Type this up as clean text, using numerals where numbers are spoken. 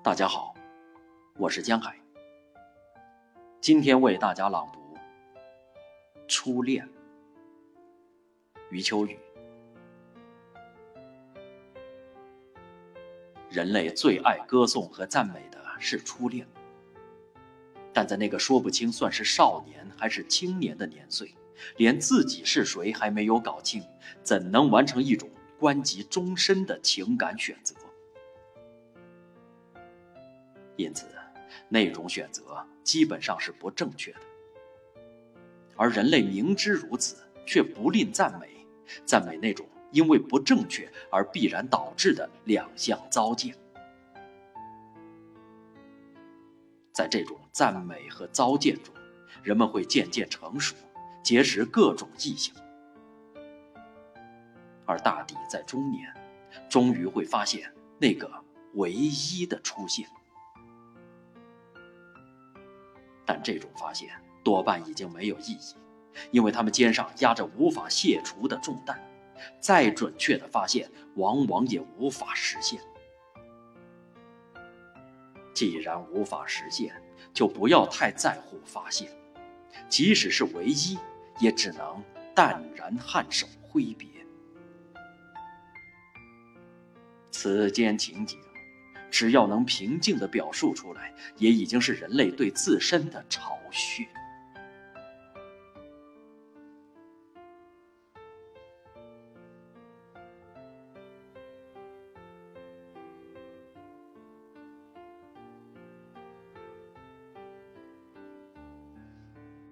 大家好，我是江海。今天为大家朗读《初恋》，余秋雨。人类最爱歌颂和赞美的是初恋，但在那个说不清算是少年还是青年的年岁，连自己是谁还没有搞清，怎能完成一种关及终身的情感选择？因此，那种选择基本上是不正确的。而人类明知如此，却不吝赞美，赞美那种因为不正确而必然导致的两相糟践。在这种赞美和糟践中，人们会渐渐成熟，结识各种异性。而大抵在中年，终于会发现那个唯一的出现。但这种发现多半已经没有意义，因为他们肩上压着无法卸除的重担，再准确的发现往往也无法实现。既然无法实现，就不要太在乎发现，即使是唯一，也只能淡然颔首挥别。此间情景，只要能平静地表述出来，也已经是人类对自身的嘲谑。